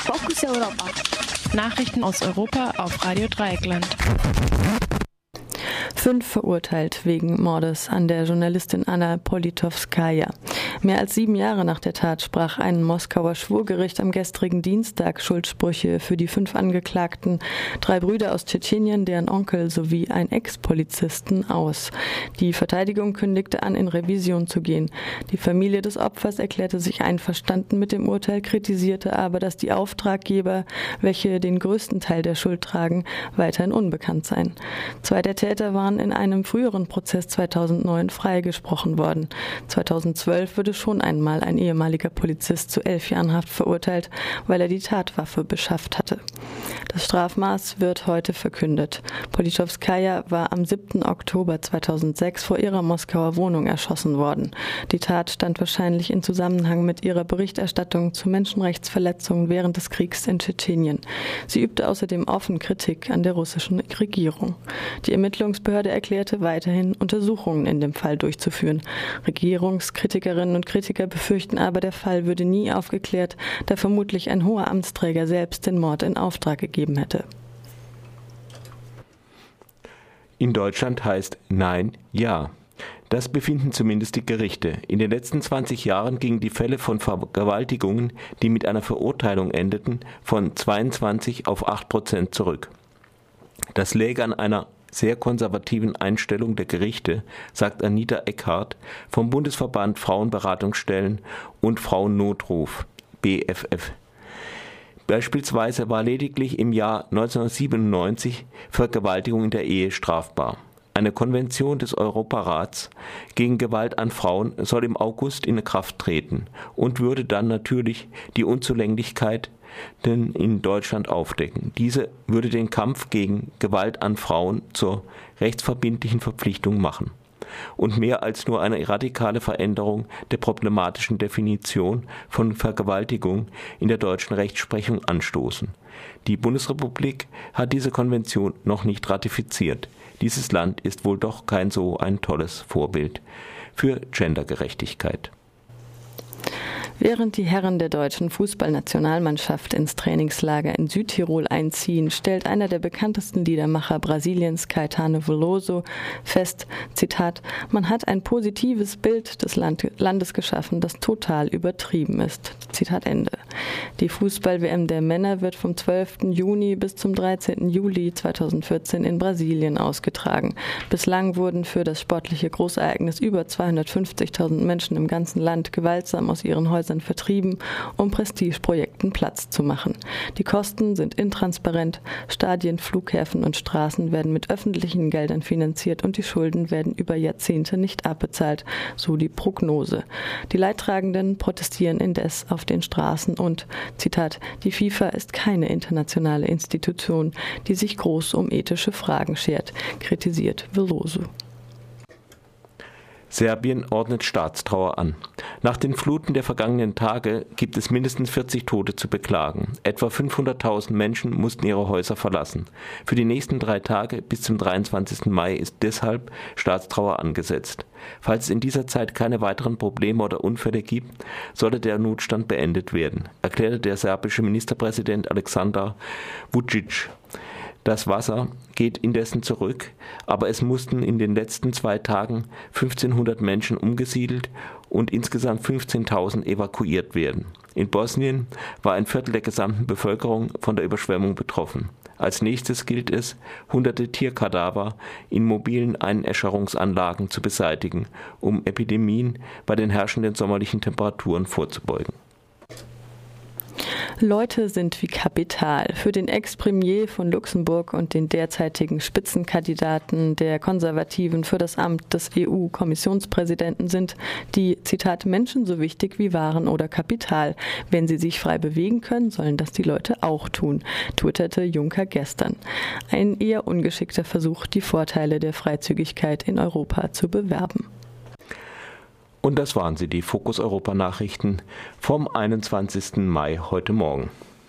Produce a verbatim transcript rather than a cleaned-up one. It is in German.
Fokus Europa. Nachrichten aus Europa auf Radio Dreieckland. Fünf verurteilt wegen Mordes an der Journalistin Anna Politowskaja. Mehr als sieben Jahre nach der Tat sprach ein Moskauer Schwurgericht am gestrigen Dienstag Schuldsprüche für die fünf Angeklagten, drei Brüder aus Tschetschenien, deren Onkel sowie ein Ex-Polizisten aus. Die Verteidigung kündigte an, in Revision zu gehen. Die Familie des Opfers erklärte sich einverstanden mit dem Urteil, kritisierte aber, dass die Auftraggeber, welche den größten Teil der Schuld tragen, weiterhin unbekannt seien. Zwei der Täter waren in einem früheren Prozess zweitausendneun freigesprochen worden. zweitausendzwölf wurde schon einmal ein ehemaliger Polizist zu elf Jahren Haft verurteilt, weil er die Tatwaffe beschafft hatte. Das Strafmaß wird heute verkündet. Politowskaja war am siebten Oktober zweitausendsechs vor ihrer Moskauer Wohnung erschossen worden. Die Tat stand wahrscheinlich in Zusammenhang mit ihrer Berichterstattung zu Menschenrechtsverletzungen während des Kriegs in Tschetschenien. Sie übte außerdem offen Kritik an der russischen Regierung. Die Ermittlungsbehörde erklärte weiterhin, Untersuchungen in dem Fall durchzuführen. Regierungskritikerinnen und Kritiker befürchten aber, der Fall würde nie aufgeklärt, da vermutlich ein hoher Amtsträger selbst den Mord in Auftrag gegeben hätte. In Deutschland heißt Nein, Ja. Das befinden zumindest die Gerichte. In den letzten zwanzig Jahren gingen die Fälle von Vergewaltigungen, die mit einer Verurteilung endeten, von zweiundzwanzig auf acht Prozent zurück. Das läge an einer sehr konservativen Einstellung der Gerichte, sagt Anita Eckhardt vom Bundesverband Frauenberatungsstellen und Frauennotruf, B F F. Beispielsweise war lediglich im Jahr neunzehnhundertsiebenundneunzig Vergewaltigung in der Ehe strafbar. Eine Konvention des Europarats gegen Gewalt an Frauen soll im August in Kraft treten und würde dann natürlich die Unzulänglichkeit in Deutschland aufdecken. Diese würde den Kampf gegen Gewalt an Frauen zur rechtsverbindlichen Verpflichtung machen und mehr als nur eine radikale Veränderung der problematischen Definition von Vergewaltigung in der deutschen Rechtsprechung anstoßen. Die Bundesrepublik hat diese Konvention noch nicht ratifiziert. Dieses Land ist wohl doch kein so ein tolles Vorbild für Gendergerechtigkeit. Während die Herren der deutschen Fußballnationalmannschaft ins Trainingslager in Südtirol einziehen, stellt einer der bekanntesten Liedermacher Brasiliens, Caetano Veloso, fest, Zitat, man hat ein positives Bild des Land- Landes geschaffen, das total übertrieben ist. Zitat Ende. Die Fußball-W M der Männer wird vom zwölften Juni bis zum dreizehnten Juli zweitausendvierzehn in Brasilien ausgetragen. Bislang wurden für das sportliche Großereignis über zweihundertfünfzigtausend Menschen im ganzen Land gewaltsam aus ihren Häusern vertrieben, um Prestigeprojekten Platz zu machen. Die Kosten sind intransparent, Stadien, Flughäfen und Straßen werden mit öffentlichen Geldern finanziert und die Schulden werden über Jahrzehnte nicht abbezahlt, so die Prognose. Die Leidtragenden protestieren indes auf den Straßen und, Zitat, die FIFA ist keine internationale Institution, die sich groß um ethische Fragen schert, kritisiert Veloso. Serbien ordnet Staatstrauer an. Nach den Fluten der vergangenen Tage gibt es mindestens vierzig Tote zu beklagen. Etwa fünfhunderttausend Menschen mussten ihre Häuser verlassen. Für die nächsten drei Tage bis zum dreiundzwanzigsten Mai ist deshalb Staatstrauer angesetzt. Falls es in dieser Zeit keine weiteren Probleme oder Unfälle gibt, sollte der Notstand beendet werden, erklärte der serbische Ministerpräsident Aleksandar Vučić. Das Wasser geht indessen zurück, aber es mussten in den letzten zwei Tagen fünfzehnhundert Menschen umgesiedelt und insgesamt fünfzehntausend evakuiert werden. In Bosnien war ein Viertel der gesamten Bevölkerung von der Überschwemmung betroffen. Als nächstes gilt es, hunderte Tierkadaver in mobilen Einäscherungsanlagen zu beseitigen, um Epidemien bei den herrschenden sommerlichen Temperaturen vorzubeugen. Leute sind wie Kapital. Für den Ex-Premier von Luxemburg und den derzeitigen Spitzenkandidaten der Konservativen für das Amt des E U-Kommissionspräsidenten sind die, Zitat, Menschen so wichtig wie Waren oder Kapital. Wenn sie sich frei bewegen können, sollen das die Leute auch tun, twitterte Juncker gestern. Ein eher ungeschickter Versuch, die Vorteile der Freizügigkeit in Europa zu bewerben. Und das waren sie, die Fokus Europa Nachrichten vom einundzwanzigsten Mai heute Morgen.